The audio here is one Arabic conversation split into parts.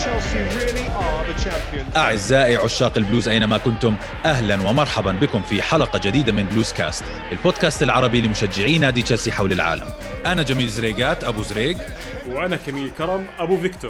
أعزائي عشاق البلوز أينما كنتم، أهلا ومرحبا بكم في حلقة جديدة من بلوز كاست، البودكاست العربي لمشجعي نادي تشيلسي حول العالم. أنا جميل زريقات أبو زريق، وأنا كميل كرم أبو فيكتور.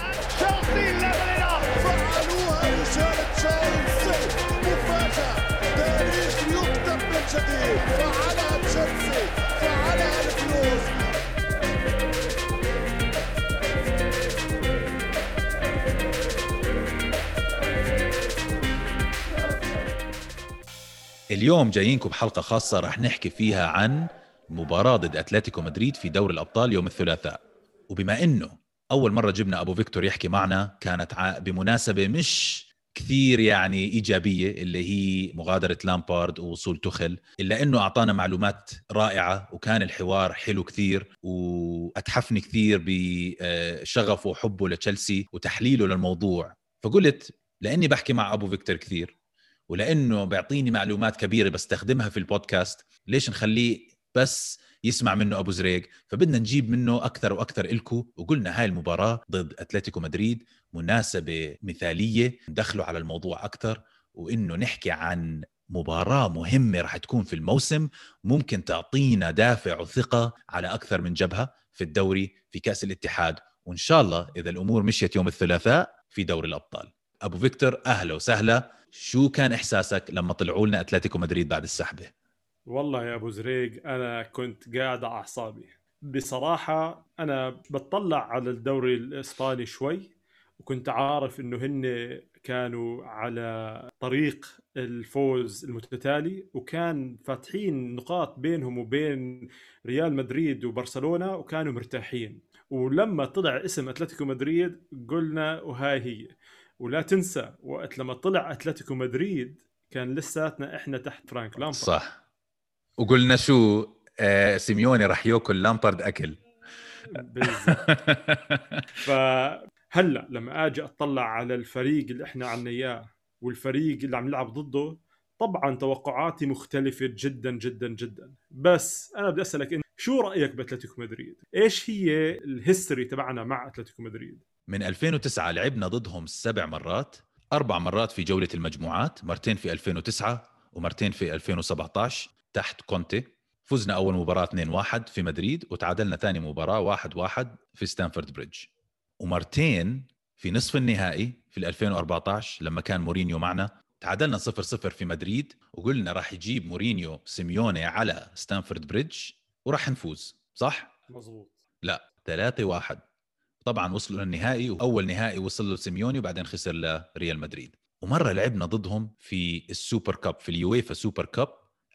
اليوم جايينكم بحلقة خاصة رح نحكي فيها عن مباراة ضد أتلتيكو مدريد في دوري الأبطال يوم الثلاثاء. وبما إنه أول مرة جبنا أبو فيكتور يحكي معنا، كانت بمناسبة مش كثير يعني إيجابية، اللي هي مغادرة لامبارد ووصول توخل، إلا إنه أعطانا معلومات رائعة وكان الحوار حلو كثير، وأتحفني كثير بشغفه وحبه لتشيلسي وتحليله للموضوع. فقلت لأني بحكي مع أبو فيكتور كثير ولأنه بيعطيني معلومات كبيرة بستخدمها في البودكاست، ليش نخليه بس يسمع منه أبو زريق؟ فبدنا نجيب منه أكثر وأكثر إلكو. وقلنا هاي المباراة ضد أتلتيكو مدريد مناسبة مثالية ندخله على الموضوع أكثر، وإنه نحكي عن مباراة مهمة رح تكون في الموسم، ممكن تعطينا دافع وثقة على أكثر من جبهة في الدوري، في كأس الاتحاد، وإن شاء الله إذا الأمور مشيت يوم الثلاثاء في دوري الأبطال. أبو فيكتور أهلا وسهلا، شو كان إحساسك لما طلعوا لنا أتلتيكو مدريد بعد السحبة؟ والله يا أبو زريق أنا كنت قاعد على أعصابي بصراحة. أنا بتطلع على الدوري الإسباني شوي، وكنت عارف إنه هن كانوا على طريق الفوز المتتالي، وكان فاتحين نقاط بينهم وبين ريال مدريد وبرشلونة، وكانوا مرتاحين. ولما طلع اسم أتلتيكو مدريد قلنا وهاي هي. ولا تنسى وقت لما طلع أتلتيكو مدريد كان لساتنا إحنا تحت فرانك لامبارد. صح، وقلنا شو سيميوني رح يأكل لامبارد أكل بالضبط. فهلأ لما أجي أطلع على الفريق اللي إحنا عنا إياه والفريق اللي عم نلعب ضده، طبعا توقعاتي مختلفة جدا جدا جدا. بس أنا بدي أسألك إنت شو رأيك بأتلتيكو مدريد؟ إيش هي الهيستوري تبعنا مع أتلتيكو مدريد؟ من 2009 لعبنا ضدهم 7 مرات، 4 مرات في جولة المجموعات، مرتين في 2009 ومرتين في 2017 تحت كونتي. فزنا أول مباراة 2-1 في مدريد، وتعادلنا ثاني مباراة 1-1 في ستانفورد بريدج، ومرتين في نصف النهائي في 2014 لما كان مورينيو معنا تعادلنا 0-0 في مدريد، وقلنا راح يجيب مورينيو سيميوني على ستانفورد بريدج وراح نفوز. صح؟ مظبوط. لا، 3-1. طبعا وصلوا للنهائي، وأول نهائي وصل له سيميوني وبعدين خسر لريال مدريد. ومرة لعبنا ضدهم في السوبر كاب، في اليويفا سوبر كاب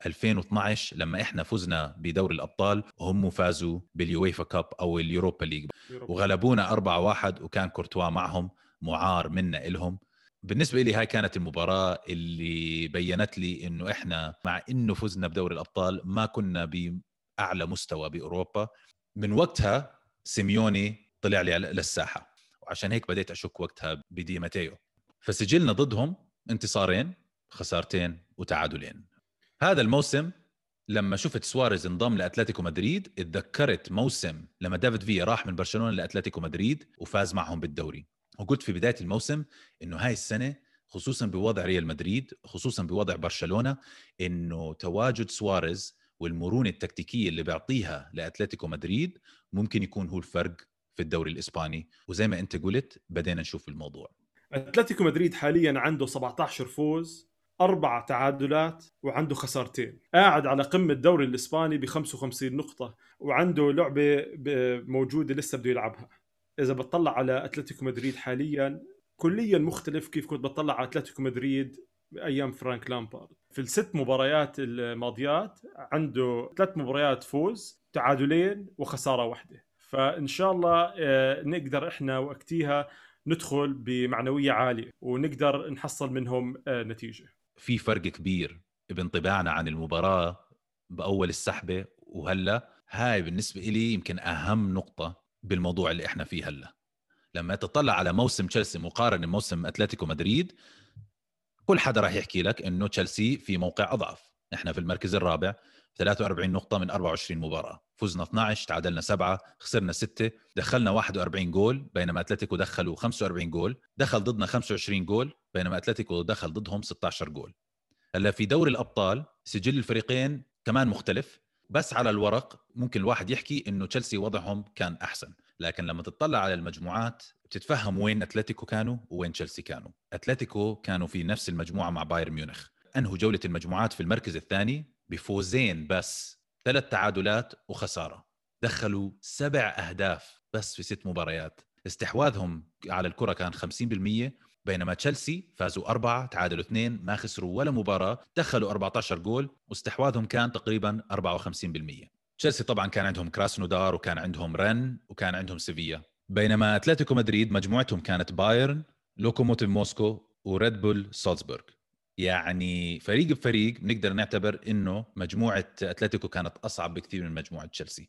2012 لما إحنا فزنا بدوري الأبطال وهم فازوا باليويفا كاب أو اليوروبا ليج، وغلبونا 4-1، وكان كورتوا معهم، معار منا إلهم. بالنسبة لي هاي كانت المباراة اللي بيّنت لي إنه إحنا مع إنه فزنا بدوري الأبطال ما كنا بأعلى مستوى بأوروبا. من وقتها سيميوني طلع لي للساحة، وعشان هيك بديت أشك وقتها بدي ماتيو. فسجلنا ضدهم انتصارين، خسارتين وتعادلين. هذا الموسم لما شفت سواريز انضم لأتلتيكو مدريد اتذكرت موسم لما دافيد فيا راح من برشلونة لأتلتيكو مدريد وفاز معهم بالدوري، وقلت في بداية الموسم إنه هاي السنة خصوصا بوضع ريال مدريد، خصوصا بوضع برشلونة، إنه تواجد سواريز والمرونة التكتيكية اللي بيعطيها لأتلتيكو مدريد ممكن يكون هو الفرق في الدوري الإسباني. وزي ما أنت قلت بدينا نشوف الموضوع. أتلتيكو مدريد حاليا عنده 17 فوز، 4 تعادلات، وعنده خسارتين. قاعد على قمة الدوري الإسباني ب55 نقطة، وعنده لعبة موجودة لسه بده يلعبها. إذا بتطلع على أتلتيكو مدريد حاليا كليا مختلف كيف كنت بتطلع على أتلتيكو مدريد أيام فرانك لامبارد. في ال6 مباريات الماضيات عنده 3 مباريات فوز، تعادلين وخسارة واحدة. فإن شاء الله نقدر إحنا وقتها ندخل بمعنوية عالية ونقدر نحصل منهم نتيجة. في فرق كبير بانطباعنا عن المباراة بأول السحبة وهلأ. هاي بالنسبة إلي يمكن أهم نقطة بالموضوع اللي إحنا فيه هلأ. لما تطلع على موسم تشيلسي مقارن بموسم أتلتيكو مدريد، كل حدا راح يحكي لك إنه تشيلسي في موقع أضعف، إحنا في المركز الرابع، 43 نقطة من 24 مباراة، فزنا 12 تعادلنا 7 خسرنا 6 دخلنا 41 جول بينما أتلتيكو دخلوا 45 جول، دخل ضدنا 25 جول بينما أتلتيكو دخل ضدهم 16 جول. هلا في دوري الأبطال سجل الفريقين كمان مختلف، بس على الورق ممكن الواحد يحكي إنه تشيلسي وضعهم كان أحسن، لكن لما تطلع على المجموعات بتتفهم وين أتلتيكو كانوا وين تشيلسي كانوا. أتلتيكو كانوا في نفس المجموعة مع بايرن ميونخ، أنهوا جولة المجموعات في المركز الثاني بفوزين بس، 3 تعادلات وخسارة، دخلوا 7 أهداف بس في 6 مباريات، استحواذهم على الكرة كان 50%، بينما تشيلسي فازوا 4 تعادلوا 2 ما خسروا ولا مباراة، دخلوا 14 جول واستحواذهم كان تقريبا 54%. تشيلسي طبعا كان عندهم كراسنودار وكان عندهم رن وكان عندهم سيفيا، بينما أتلتيكو مدريد مجموعتهم كانت بايرن، لوكوموتيف موسكو وريد بول سالزبورغ. يعني فريق بفريق نقدر نعتبر إنه مجموعة أتلتيكو كانت أصعب بكثير من مجموعة تشيلسي،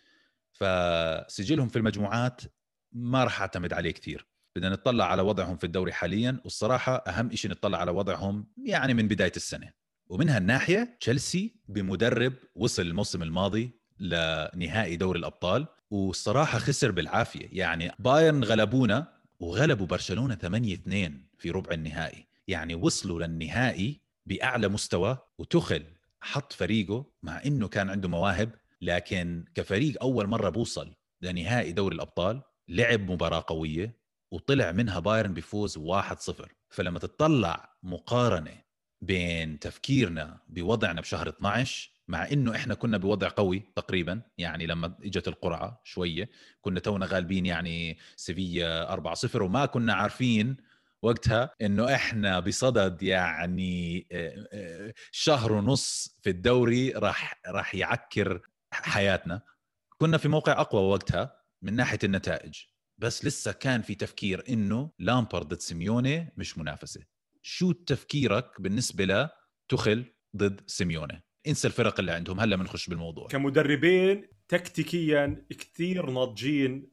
فسجلهم في المجموعات ما راح أعتمد عليه كثير. بدنا نطلع على وضعهم في الدوري حاليا، والصراحة أهم إشي نطلع على وضعهم يعني من بداية السنة. ومن هالناحية تشيلسي بمدرب وصل الموسم الماضي لنهائي دوري الأبطال والصراحة خسر بالعافية، يعني بايرن غلبونا وغلبوا برشلونة 8-2 في ربع النهائي، يعني وصلوا للنهائي بأعلى مستوى، وتخل حط فريقه مع إنه كان عنده مواهب، لكن كفريق أول مرة بوصل لنهائي دوري الأبطال لعب مباراة قوية وطلع منها بايرن بفوز 1-0. فلما تطلع مقارنة بين تفكيرنا بوضعنا بشهر 12 مع إنه إحنا كنا بوضع قوي تقريبا، يعني لما إجت القرعة شوية كنا تونا غالبين يعني سيفيا 4-0 وما كنا عارفين وقتها إنه إحنا بصدد يعني شهر ونص في الدوري راح يعكر حياتنا. كنا في موقع أقوى وقتها من ناحية النتائج، بس لسه كان في تفكير إنه لامبارد ضد سيميوني مش منافسة. شو تفكيرك بالنسبة لتخل ضد سيميوني؟ انسى الفرق اللي عندهم، هلا بنخش بالموضوع. كمدربين تكتيكيا كتير ناضجين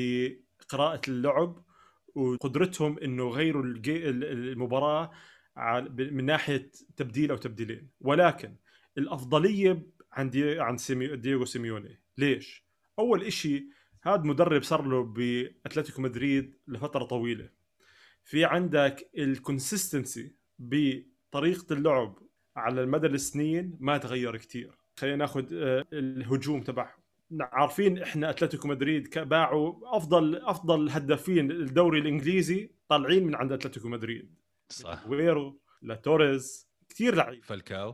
بقراءة اللعب وقدرتهم انه يغيروا المباراة من ناحية تبديل او تبديلين، ولكن الافضلية عن دييغو سيميوني. ليش؟ اول اشي هذا مدرب صار له باتلتيكو مدريد لفترة طويلة، في عندك الكونسيستنسي بطريقة اللعب على المدى السنين ما تغير كتير. خلينا ناخذ الهجوم تبعهم، عارفين احنا اتلتيكو مدريد باعوا افضل هدافين الدوري الانجليزي طالعين من عند اتلتيكو مدريد، صح، ويرو، لاتوريز، كتير لعيب، فالكاو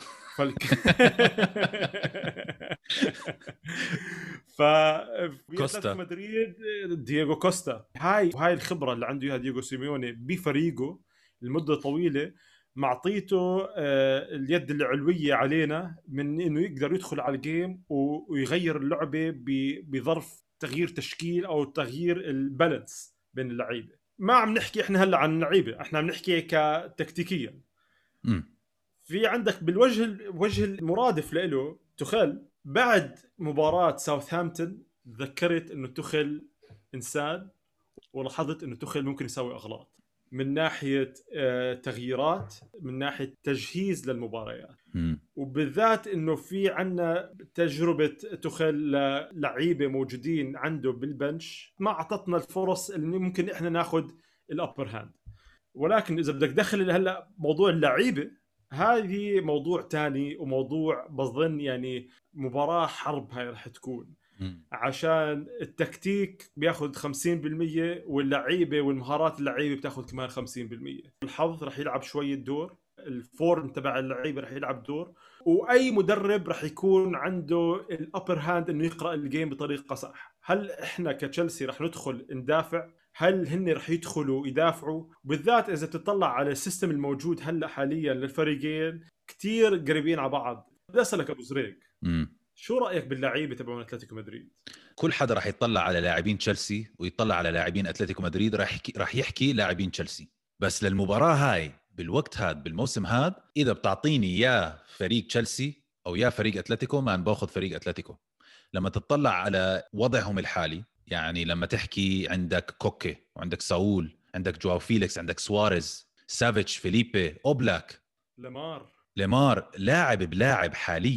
كوستا، مدريد دييغو كوستا، هاي الخبره اللي عنده اياها دييغو سيميوني بفريقه لمده طويله، معطيته اليد العلويه علينا من انه يقدر يدخل على الجيم ويغير اللعبه بظرف تغيير تشكيل او تغيير البالانس بين اللعيبه. ما عم نحكي احنا هلا عن لعيبه، احنا عم نحكي كتكتيكيا. في عندك وجه المرادف له تخل بعد مباراة ساوثهامبتون، تذكرت انه تخل انسان ولاحظت انه تخل ممكن يسوي اغلاط من ناحية تغييرات، من ناحية تجهيز للمباريات، وبالذات انه في عنا تجربة تخل لعيبة موجودين عنده بالبنش ما اعطتنا الفرص اللي ممكن احنا ناخد الابر هاند. ولكن اذا بدك تدخل هلا موضوع اللعيبة، هذه موضوع تاني، وموضوع بظن يعني مباراة حرب هاي رح تكون، عشان التكتيك بياخذ 50% واللعيبة والمهارات اللعيبة بتاخذ كمان 50%. الحظ رح يلعب شوية دور، الفورم تبع اللعيبة رح يلعب دور، وأي مدرب رح يكون عنده الأبر هاند إنه يقرأ الجيم بطريقة صح. هل إحنا كتشيلسي رح ندخل ندافع؟ هل هن رح يدخلوا يدافعوا؟ بالذات إذا تطلع على السيستم الموجود هلأ حاليا للفريقين كتير قريبين على بعض. بدي أسألك أبو زريق، شو رأيك باللعيبة تبعون أتلتيكو مدريد؟ كل حدا راح يطلع على لاعبين تشيلسي ويطلع على لاعبين أتلتيكو مدريد راح يحكي لاعبين تشيلسي، بس للمباراة هاي بالوقت هاد بالموسم هاد إذا بتعطيني يا فريق تشيلسي أو يا فريق أتلتيكو ما باخذ فريق أتلتيكو. لما تطلع على وضعهم الحالي، يعني لما تحكي عندك كوكي وعندك ساول، عندك جواو فيليكس، عندك سواريز، سافيتش، فيليبي، أوبلاك، ليمار لاعب بلاعب حاليا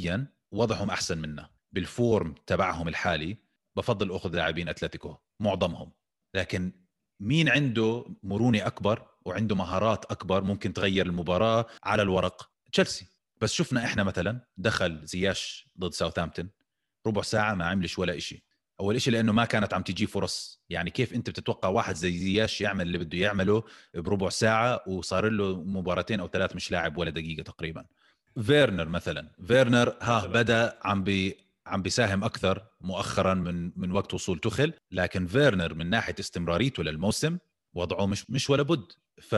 وضعهم احسن منا بالفورم تبعهم الحالي، بفضل اخذ لاعبين اتلتيكو معظمهم. لكن مين عنده مرونه اكبر وعنده مهارات اكبر ممكن تغير المباراه على الورق؟ تشيلسي. بس شفنا احنا مثلا دخل زياش ضد ساوثهامبتون ربع ساعه ما عملش ولا إشي. اول إشي لانه ما كانت عم تجي فرص. يعني كيف انت بتتوقع واحد زي زياش يعمل اللي بده يعمله بربع ساعه وصار له مباراتين او ثلاث مش لاعب ولا دقيقه تقريبا؟ فيرنر مثلا، فيرنر بدا عم بيساهم اكثر مؤخرا من وقت وصول تخل، لكن فيرنر من ناحيه استمراريته للموسم وضعه مش ولا بد.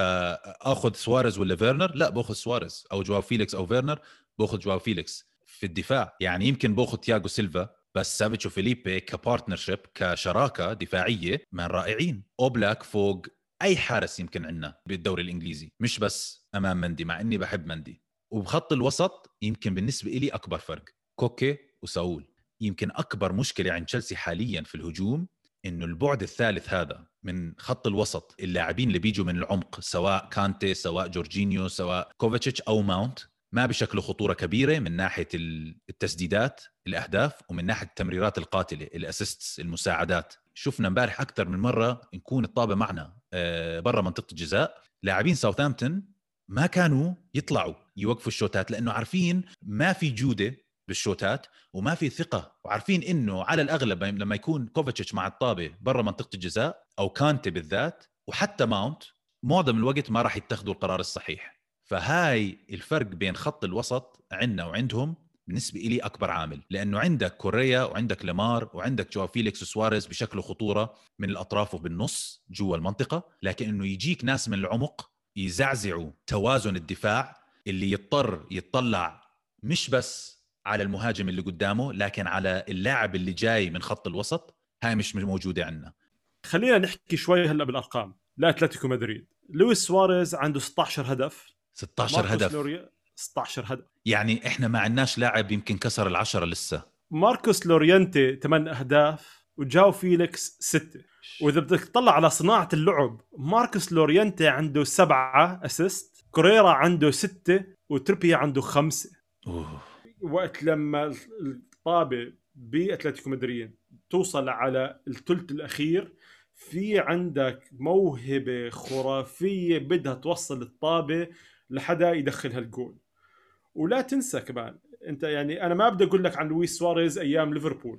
فاخذ سواريز ولا فيرنر؟ لا، باخذ سواريز. او جواو فيليكس او فيرنر؟ باخذ جواو فيليكس. في الدفاع يعني يمكن باخذ تياغو سيلفا، بس سافيتش وفيليبي كبارتنرشيب كشراكه دفاعيه من رائعين. اوبلاك فوق اي حارس يمكن عندنا بالدوري الانجليزي، مش بس امام مندي مع اني بحب مندي. وبخط الوسط يمكن بالنسبه لي اكبر فرق كوكي وساول. يمكن اكبر مشكله عند تشيلسي حاليا في الهجوم انه البعد الثالث هذا من خط الوسط، اللاعبين اللي بيجوا من العمق سواء كانتي سواء جورجينيو سواء كوفاتشيتش او ماونت، ما بشكلوا خطوره كبيره من ناحيه التسديدات الاهداف ومن ناحيه التمريرات القاتله الاسيستس المساعدات. شفنا امبارح اكثر من مره نكون الطابه معنا برا منطقه الجزاء، لاعبين ساوثهامبتون ما كانوا يطلعوا يوقفوا الشوتات لانه عارفين ما في جوده بالشوتات وما في ثقه، وعارفين انه على الاغلب لما يكون كوفاتشيتش مع الطابه برا منطقه الجزاء او كانتي بالذات وحتى ماونت معظم الوقت ما راح يتخذوا القرار الصحيح. فهاي الفرق بين خط الوسط عندنا وعندهم بالنسبة إلي أكبر عامل، لأنه عندك كوريا وعندك ليمار وعندك جواو فيليكس وسواريز بشكل خطورة من الأطراف وبالنص جوا المنطقة، لكن إنه يجيك ناس من العمق يزعزعوا توازن الدفاع اللي يضطر يتطلع مش بس على المهاجم اللي قدامه لكن على اللاعب اللي جاي من خط الوسط. هاي مش موجودة عندنا. خلينا نحكي شوي هلا بالارقام. لا اتلتيكو مدريد لويس سواريز عنده 16 هدف. 16 ماركوس هدف. لوريا 16 هدف. يعني احنا ما عندناش لاعب يمكن كسر العشرة لسه. ماركوس لورينتي 8 اهداف وجاو فيليكس 6. واذا بدك تطلع على صناعه اللعب، ماركوس لورينتي عنده 7 اسيست، كوريرا عنده 6 وتربيا عنده 5. أوه. وقت لما الطابه باتلتيكو مدريد توصل على الثلث الاخير، في عندك موهبه خرافيه بدها توصل الطابه لحدا يدخل هالجول. ولا تنسى كمان انت، يعني انا ما بدي اقول لك عن لويس سواريز ايام ليفربول،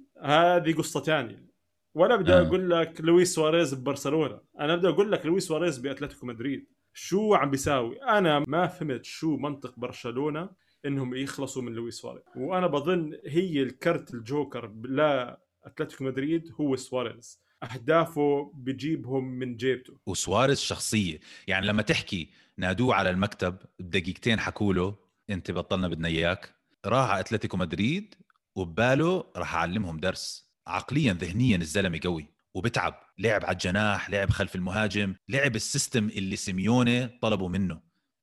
هذه قصه ثانيه. ولا بدي اقول لك لويس سواريز ببرشلونه، انا بدي اقول لك لويس سواريز باتلتيكو مدريد شو عم بيساوي. انا ما فهمت شو منطق برشلونه انهم يخلصوا من لويس سواريز، وانا بظن هي الكرت الجوكر لا اتلتيكو مدريد هو سواريز، اهدافه بجيبهم من جيبته. وسواريز شخصية، يعني لما تحكي نادوه على المكتب بدقيقتين حكوا له انت بطلنا بدنا اياك، راح على اتلتيكو مدريد وبباله راح اعلمهم درس. عقليا ذهنيا الزلمة قوي وبتعب، لعب على الجناح، لعب خلف المهاجم، لعب السيستم اللي سيميوني طلبوا منه.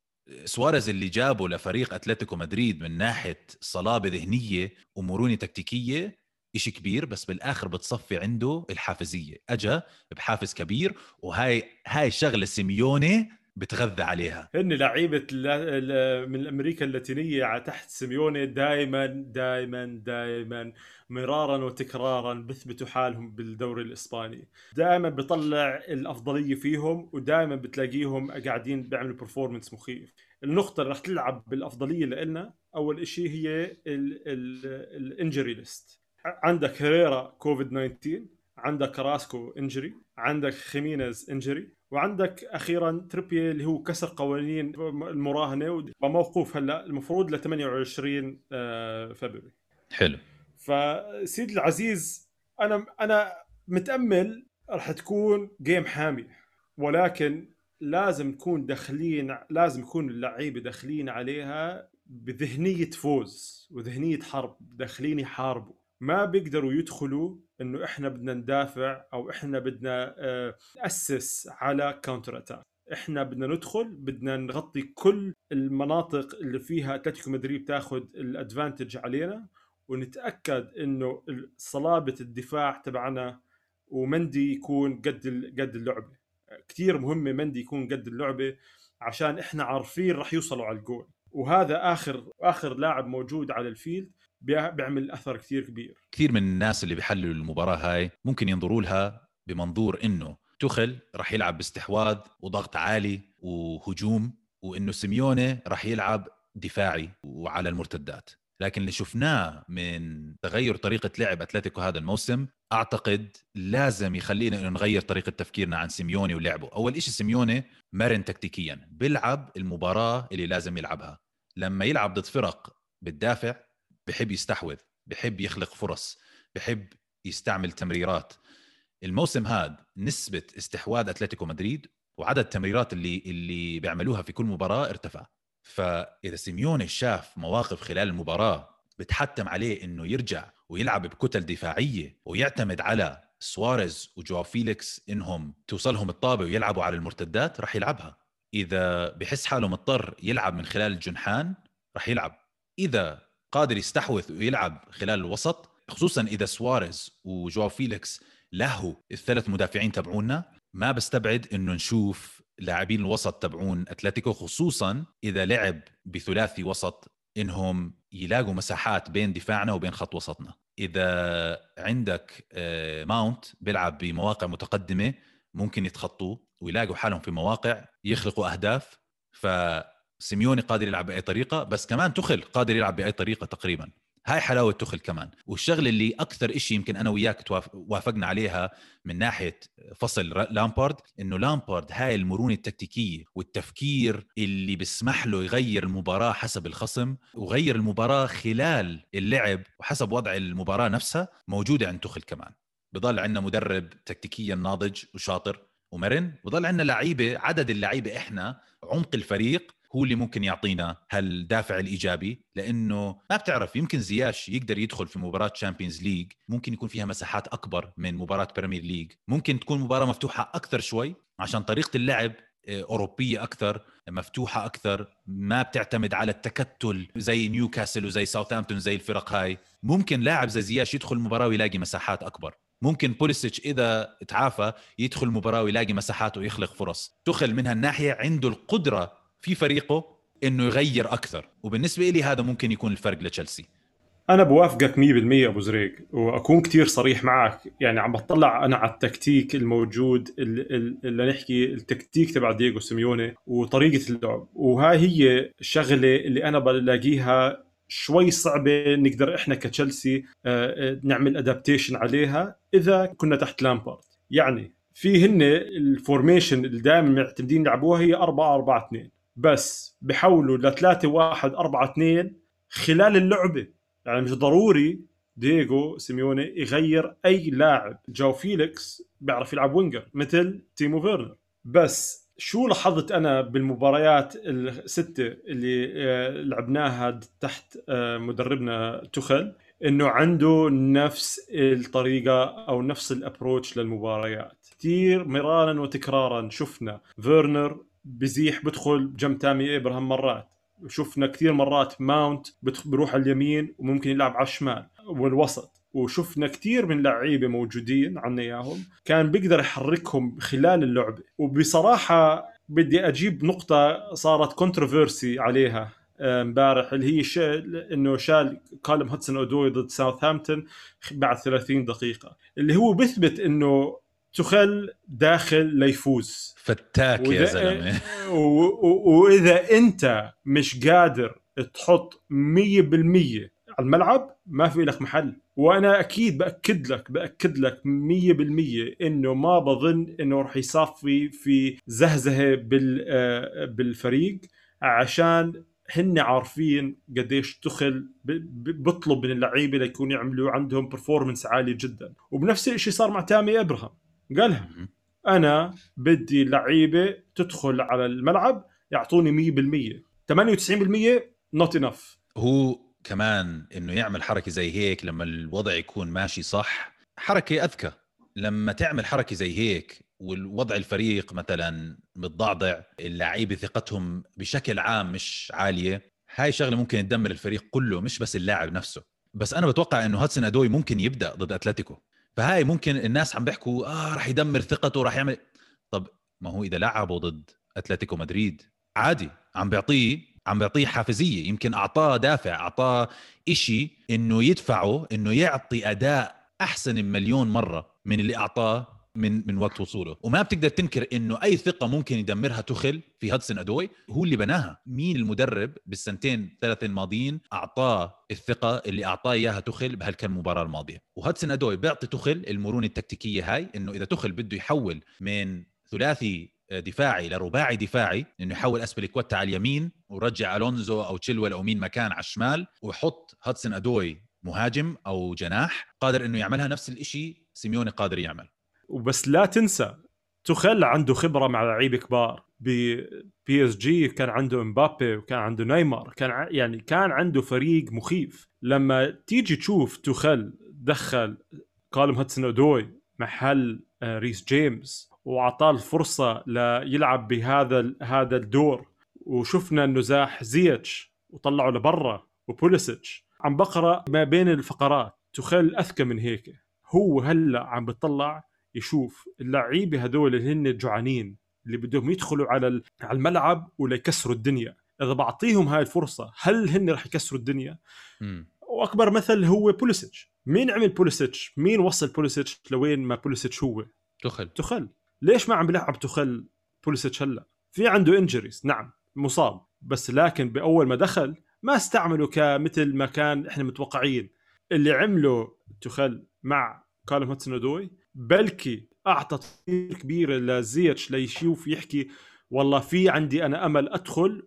سواريز اللي جابه لفريق اتلتيكو مدريد من ناحية صلابة ذهنية ومرونة تكتيكية إشي كبير، بس بالآخر بتصفي عنده الحافزية، أجا بحافز كبير. وهاي شغلة سيميوني بتغذى عليها. هن لعيبه من امريكا اللاتينيه على تحت سيميوني دائما دائما دائما مرارا وتكرارا بثبتوا حالهم بالدوري الاسباني، دائما بيطلع الافضليه فيهم ودائما بتلاقيهم قاعدين بيعملوا برفورمانس مخيف. النقطه اللي رح تلعب بالافضليه لنا اول إشي هي الانجري ليست. عندك هيريرا كوفيد 19، عندك كراسكو انجري، عندك خيمينيز انجري، وعندك اخيرا تريبيه اللي هو كسر قوانين المراهنه وموقوف هلا المفروض ل 28 فبراير. حلو. فسيد العزيز، انا متامل راح تكون جيم حامي، ولكن لازم نكون داخلين، لازم يكون اللعيبه داخلين عليها بذهنيه فوز وذهنيه حرب، داخلين يحاربوا. ما بيقدروا يدخلوا انه احنا بدنا ندافع او احنا بدنا نأسس على كاونتر اتاك. احنا بدنا ندخل، بدنا نغطي كل المناطق اللي فيها اتلتيكو مدريد تاخذ الادفانتج علينا، ونتاكد انه صلابه الدفاع تبعنا ومندي يكون قد اللعبه. كثير مهمه مندي يكون قد اللعبه عشان احنا عارفين راح يوصلوا على الجول. وهذا اخر لاعب موجود على الفيلد بيعمل اثر كثير كبير. كثير من الناس اللي بيحللوا المباراة هاي ممكن ينظروا لها بمنظور انه توخل راح يلعب باستحواذ وضغط عالي وهجوم، وانه سيميوني راح يلعب دفاعي وعلى المرتدات. لكن اللي شفناه من تغير طريقة لعب أتلتيكو هذا الموسم أعتقد لازم يخلينا إنه نغير طريقة تفكيرنا عن سيميوني ولعبه. أول إشي سيميوني مرن تكتيكيا، بيلعب المباراة اللي لازم يلعبها. لما يلعب ضد فرق بتدافع بحب يستحوذ، بحب يخلق فرص، بحب يستعمل تمريرات. الموسم هذا نسبة استحواذ أتلتيكو مدريد وعدد التمريرات اللي بيعملوها في كل مباراة ارتفع. فإذا سيميوني شاف مواقف خلال المباراة بتحتم عليه إنه يرجع ويلعب بكتل دفاعية ويعتمد على سواريز وجواو فيليكس إنهم توصلهم الطابة ويلعبوا على المرتدات، رح يلعبها. إذا بحس حاله مضطر يلعب من خلال الجنحان رح يلعب. إذا قادر يستحوذ ويلعب خلال الوسط، خصوصا إذا سواريز وجواو فيليكس له الثلاث مدافعين تبعونا، ما بستبعد إنه نشوف لاعبين الوسط تبعون أتلتيكو خصوصا إذا لعب بثلاثي وسط إنهم يلاقوا مساحات بين دفاعنا وبين خط وسطنا. إذا عندك ماونت بيلعب بمواقع متقدمة ممكن يتخطوه ويلاقوا حالهم في مواقع يخلقوا أهداف. فسيميوني قادر يلعب بأي طريقة، بس كمان تخل قادر يلعب بأي طريقة تقريبا. هاي حلاوة تخل كمان. والشغل اللي أكثر إشي يمكن أنا وياك وافقنا عليها من ناحية فصل لامبارد، إنه لامبارد هاي المرونة التكتيكية والتفكير اللي بسمح له يغير المباراة حسب الخصم وغير المباراة خلال اللعب وحسب وضع المباراة نفسها موجودة عند تخل كمان. بضل عندنا مدرب تكتيكيا ناضج وشاطر ومرن، بضل عندنا لعيبة، عدد اللعيبة إحنا عمق الفريق هو اللي ممكن يعطينا هالدافع الإيجابي. لأنه ما بتعرف، يمكن زياش يقدر يدخل في مباراة تشامبيونز ليج ممكن يكون فيها مساحات أكبر من مباراة بريمير ليج، ممكن تكون مباراة مفتوحة أكثر شوي عشان طريقة اللعب أوروبية أكثر، مفتوحة أكثر، ما بتعتمد على التكتل زي نيوكاسل وزي ساوثهامبتون زي الفرق هاي. ممكن لاعب زي زياش يدخل المباراة ويلاقي مساحات أكبر. ممكن بوليسيتش إذا تعافى يدخل المباراة ويلاقي مساحات ويخلق فرص. تخل من هالناحية عنده القدرة في فريقه إنه يغير أكثر، وبالنسبة لي هذا ممكن يكون الفرق لتشيلسي. أنا بوافقك 100% أبو زريق، وأكون كتير صريح معك. يعني عم بطلع أنا على التكتيك الموجود اللي نحكي التكتيك تبع دييغو سيميوني وطريقة اللعب، وهاي هي الشغلة اللي أنا بلاقيها شوي صعبة نقدر إحنا كتشيلسي نعمل أدابتيشن عليها إذا كنا تحت لامبارد. يعني في هن الفورميشن اللي دائما معتمدين يلعبوها هي 4-4-2، بس بحولوا ل 3-1-4-2 خلال اللعبة. يعني مش ضروري دييغو سيميوني يغير أي لاعب. جاو فيليكس بيعرف يلعب وينجر مثل تيمو فيرنر. بس شو لاحظت أنا بالمباريات الستة اللي لعبناها تحت مدربنا تخل، إنه عنده نفس الطريقة أو نفس الأبروتش للمباريات. كتير مرارا وتكرارا شفنا فيرنر بزيح بدخل جنب تامي إبراهام مرات، وشفنا كثير مرات ماونت بروح على اليمين وممكن يلعب على الشمال والوسط، وشفنا كثير من لعيبه موجودين عنا اياهم كان بيقدر يحركهم خلال اللعبه. وبصراحه بدي اجيب نقطه صارت كونتروفيرسي عليها امبارح، اللي هي انه شال كالم هاتسون اودوي ضد ساوثهامبتون بعد 30 دقيقه، اللي هو بيثبت انه تخل داخل ليفوز فتاك يا زلمه. واذا انت مش قادر تحط 100% على الملعب ما في لك محل. وانا اكيد باكد لك 100% انه ما بظن انه راح يصفي في زهزه بالفريق، عشان هن عارفين قديش تخل بطلب من اللعيبه ليكون يعملوا عندهم برفورمانس عالي جدا. وبنفس الشيء صار مع تامي ابراهام، قالها أنا بدي لعيبة تدخل على الملعب يعطوني 100%، 98% not enough. هو كمان إنه يعمل حركة زي هيك لما الوضع يكون ماشي صح حركة أذكى. لما تعمل حركة زي هيك والوضع الفريق مثلا متضعضع، اللعيبة ثقتهم بشكل عام مش عالية، هاي شغلة ممكن تدمر الفريق كله مش بس اللاعب نفسه. بس أنا بتوقع إنه هاتسون أدوي ممكن يبدأ ضد أتلتيكو، فهاي ممكن الناس عم بيحكوا راح يدمر ثقته راح يعمل. طب ما هو إذا لعبوا ضد أتلتيكو مدريد عادي، عم بيعطيه عم بيعطيه حافزيه، يمكن اعطاه دافع، اعطاه إشي انه يدفعه انه يعطي اداء احسن مليون مره من اللي اعطاه من وقت وصوله. وما بتقدر تنكر انه اي ثقه ممكن يدمرها تخل في هادسون أدوي، هو اللي بناها. مين المدرب بالسنتين ثلاثه الماضيين اعطاه الثقه اللي اعطاه اياها تخل بهالكم مباراه الماضيه؟ وهادسون أدوي بيعطي تخل المرونه التكتيكيه هاي، انه اذا تخل بده يحول من ثلاثي دفاعي لرباعي دفاعي، انه يحول اسبليكويتا على اليمين ورجع الونزو او تشيلويل او مين مكان على الشمال، ويحط هادسون أدوي مهاجم او جناح، قادر انه يعملها. نفس الاشي سيميوني قادر يعمل. وبس لا تنسى تخل عنده خبره مع لعيبه كبار. بي اس جي كان عنده امبابي وكان عنده نيمار، يعني كان عنده فريق مخيف. لما تيجي تشوف تخل دخل كالوم هاتسون أودوي محل ريس جيمس وعطاه الفرصه ليلعب هذا الدور، وشفنا انه زاح زيتش وطلعه لبرا وبوليسيتش. عم بقرا ما بين الفقرات تخل اذكى من هيك. هو هلا عم بتطلع يشوف اللعيبه هذول اللي هن جوعانين، اللي بدهم يدخلوا على الملعب ولا يكسروا الدنيا. اذا بعطيهم هاي الفرصه هل هن رح يكسروا الدنيا؟ واكبر مثل هو بوليسيتش. مين عمل بوليسيتش؟ مين وصل بوليسيتش لوين ما بوليسيتش هو؟ تخل. ليش ما عم بلعب تخل بوليسيتش هلا؟ في عنده انجريز، نعم مصاب، بس لكن باول ما دخل ما استعمله كمثل ما كان احنا متوقعين. اللي عمله تخل مع كالوم هاتسون أودوي بلكي اعطى تطوير كبير لزيتش ليشوف يحكي والله في عندي انا امل ادخل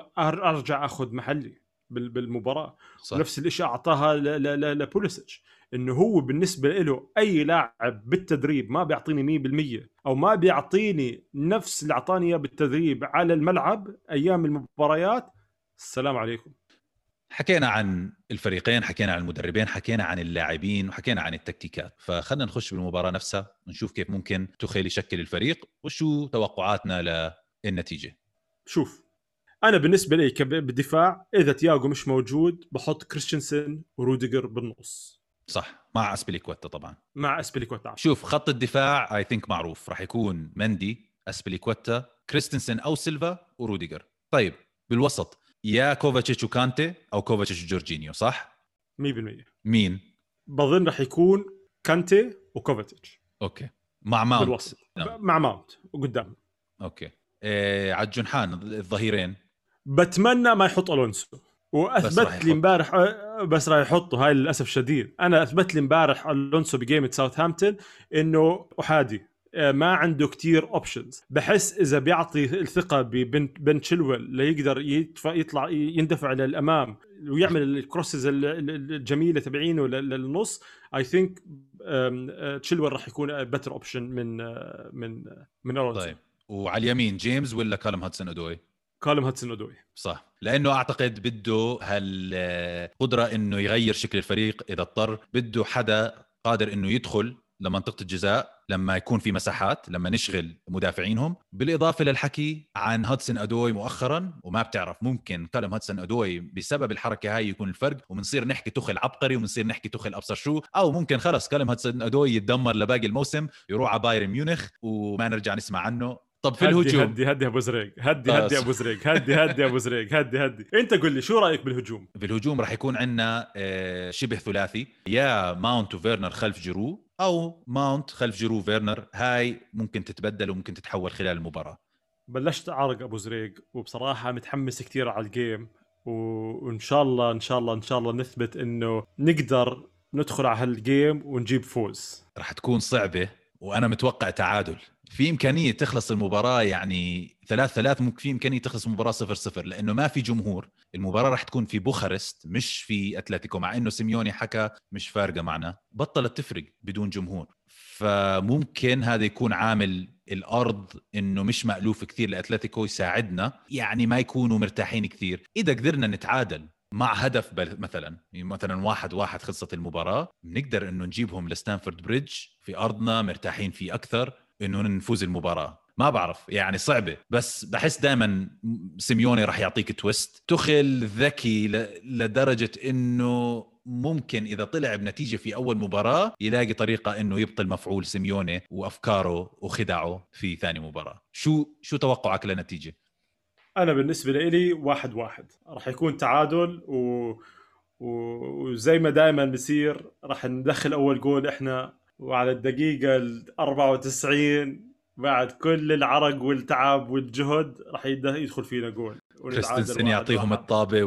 وارجع اخذ محلي بالمباراه. صح. ونفس الشيء اعطاها لبوليسيتش، انه هو بالنسبه له اي لاعب بالتدريب ما بيعطيني 100% او ما بيعطيني نفس اللي اعطاني اياه بالتدريب على الملعب ايام المباريات، السلام عليكم. حكينا عن الفريقين، حكينا عن المدربين، حكينا عن اللاعبين، وحكينا عن التكتيكات. فخلنا نخش بالمباراة نفسها ونشوف كيف ممكن تخيل يشكل الفريق وشو توقعاتنا للنتيجة. شوف، أنا بالنسبة لي بالدفاع إذا تياغو مش موجود بحط كريستنسن وروديجر بالنص. صح، مع أسبليكويتا طبعا. مع أسبليكويتا. شوف خط الدفاع اي ثينك معروف راح يكون مندي، أسبليكويتا، كريستنسن أو سيلفا وروديجر. طيب بالوسط يا كوفاتشيتش وكانتي او كوفاتشيتش وجورجينيو، صح 100%. مين بظن راح يكون كانتي وكوفاتشيتش. اوكي مع ماونت بالوسط. مع ماونت وقدام. اوكي. على الجنحان الظهيرين بتمنى ما يحط الونسو، واثبت لي امبارح بس راح يحطه. هاي للاسف شديد. انا اثبت لي امبارح الونسو بجيمة ساوثهامبتون انه احادي، ما عنده كتير اوبشنز. بحس اذا بيعطي الثقه ببن تشيلويل ليقدر يطلع يندفع للامام ويعمل الكروسز الجميله تبعينه للنص، اي ثينك تشيلويل راح يكون بيتر اوبشن من الونسو. طيب وعلى اليمين جيمس ولا كالوم هاتسون أودوي؟ كالوم هاتسون أودوي. صح، لانه اعتقد بده هالقدره انه يغير شكل الفريق اذا اضطر. بده حدا قادر انه يدخل لمنطقه الجزاء لما يكون في مساحات، لما نشغل مدافعينهم. بالاضافه للحكي عن هاتسون أودوي مؤخرا، وما بتعرف ممكن كالوم هاتسون أودوي بسبب الحركه هاي يكون الفرق، ومنصير نحكي تخل عبقري ومنصير نحكي تخل ابصر شو، او ممكن خلص كالوم هاتسون أودوي يتدمر لباقي الموسم، يروح على بايرن ميونخ وما نرجع نسمع عنه. طب في الهجوم هدي ابو زريق، هدي ابو زريق، هدي ابو زريق، هدي انت قل لي شو رايك بالهجوم؟ بالهجوم راح يكون عندنا شبه ثلاثي، يا ماونت وفيرنر خلف جيرو او ماونت خلف جيرو فيرنر. هاي ممكن تتبدل وممكن تتحول خلال المباراه. بلشت اعرق ابو زريق، وبصراحه متحمس كثير على الجيم، وان شاء الله ان شاء الله ان شاء الله نثبت انه نقدر ندخل على هالجيم ونجيب فوز. راح تكون صعبه، وانا متوقع تعادل. في امكانيه تخلص المباراه يعني 3-3، ممكن في امكانيه تخلص المباراه 0-0 لانه ما في جمهور. المباراه راح تكون في بوخارست مش في اتلتيكو، مع انه سيميوني حكى مش فارقه معنا، بطلت تفرق بدون جمهور. فممكن هذا يكون عامل الارض انه مش مألوف كثير لاتلتيكو يساعدنا، يعني ما يكونوا مرتاحين كثير. اذا قدرنا نتعادل مع هدف مثلا 1-1 خلصت المباراة، نقدر انه نجيبهم لستانفورد بريدج في ارضنا مرتاحين فيه اكثر انه نفوز المباراة. ما بعرف يعني صعبة، بس بحس دائما سيميوني راح يعطيك تويست. تخل ذكي لدرجة انه ممكن اذا طلع بنتيجة في اول مباراة يلاقي طريقة انه يبطل مفعول سيميوني وافكاره وخدعه في ثاني مباراة. شو توقعك لنتيجة؟ انا بالنسبه لي 1-1 راح يكون تعادل وزي ما دائما بصير راح ندخل اول جول احنا، وعلى الدقيقه 94 بعد كل العرق والتعب والجهد راح يدخل فينا جول ونتعادل كريستنسن يعطيهم 1-1. الطابه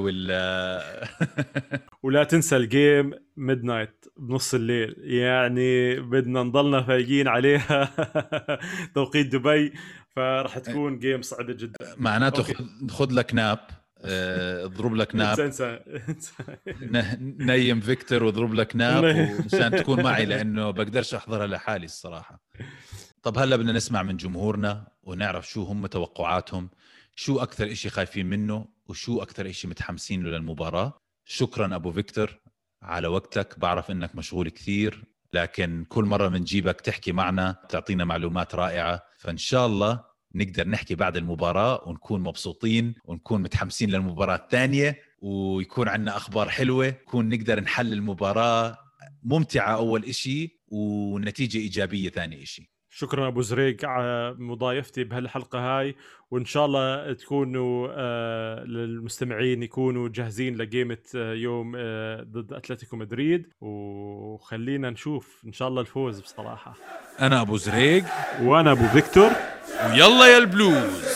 ولا تنسى الجيم ميد نايت بنص الليل، يعني بدنا نضلنا فايقين عليها توقيت دبي، فراح تكون جيم صعبة جدا. معناته خذ لك ناب، اضرب لك ناب، انسى نيم فيكتور واضرب لك ناب ومشان تكون معي، لانه بقدرش احضرها لحالي الصراحه. طب هلا بدنا نسمع من جمهورنا ونعرف شو هم توقعاتهم، شو اكثر اشي خايفين منه وشو اكثر اشي متحمسين له للمباراه. شكرا ابو فيكتور على وقتك، بعرف انك مشغول كثير، لكن كل مره بنجيبك تحكي معنا تعطينا معلومات رائعه، فان شاء الله نقدر نحكي بعد المباراة ونكون مبسوطين ونكون متحمسين للمباراة الثانية، ويكون عندنا أخبار حلوة، نكون نقدر نحل المباراة ممتعة أول إشي ونتيجة إيجابية ثاني إشي. شكرا أبو زريق على مضايفتي بهالحلقة هاي، وإن شاء الله تكونوا للمستمعين يكونوا جاهزين لقيمة يوم ضد أتلتيكو مدريد، وخلينا نشوف إن شاء الله الفوز بصراحة. أنا أبو زريق وأنا أبو فيكتور، ويلا يا البلوز.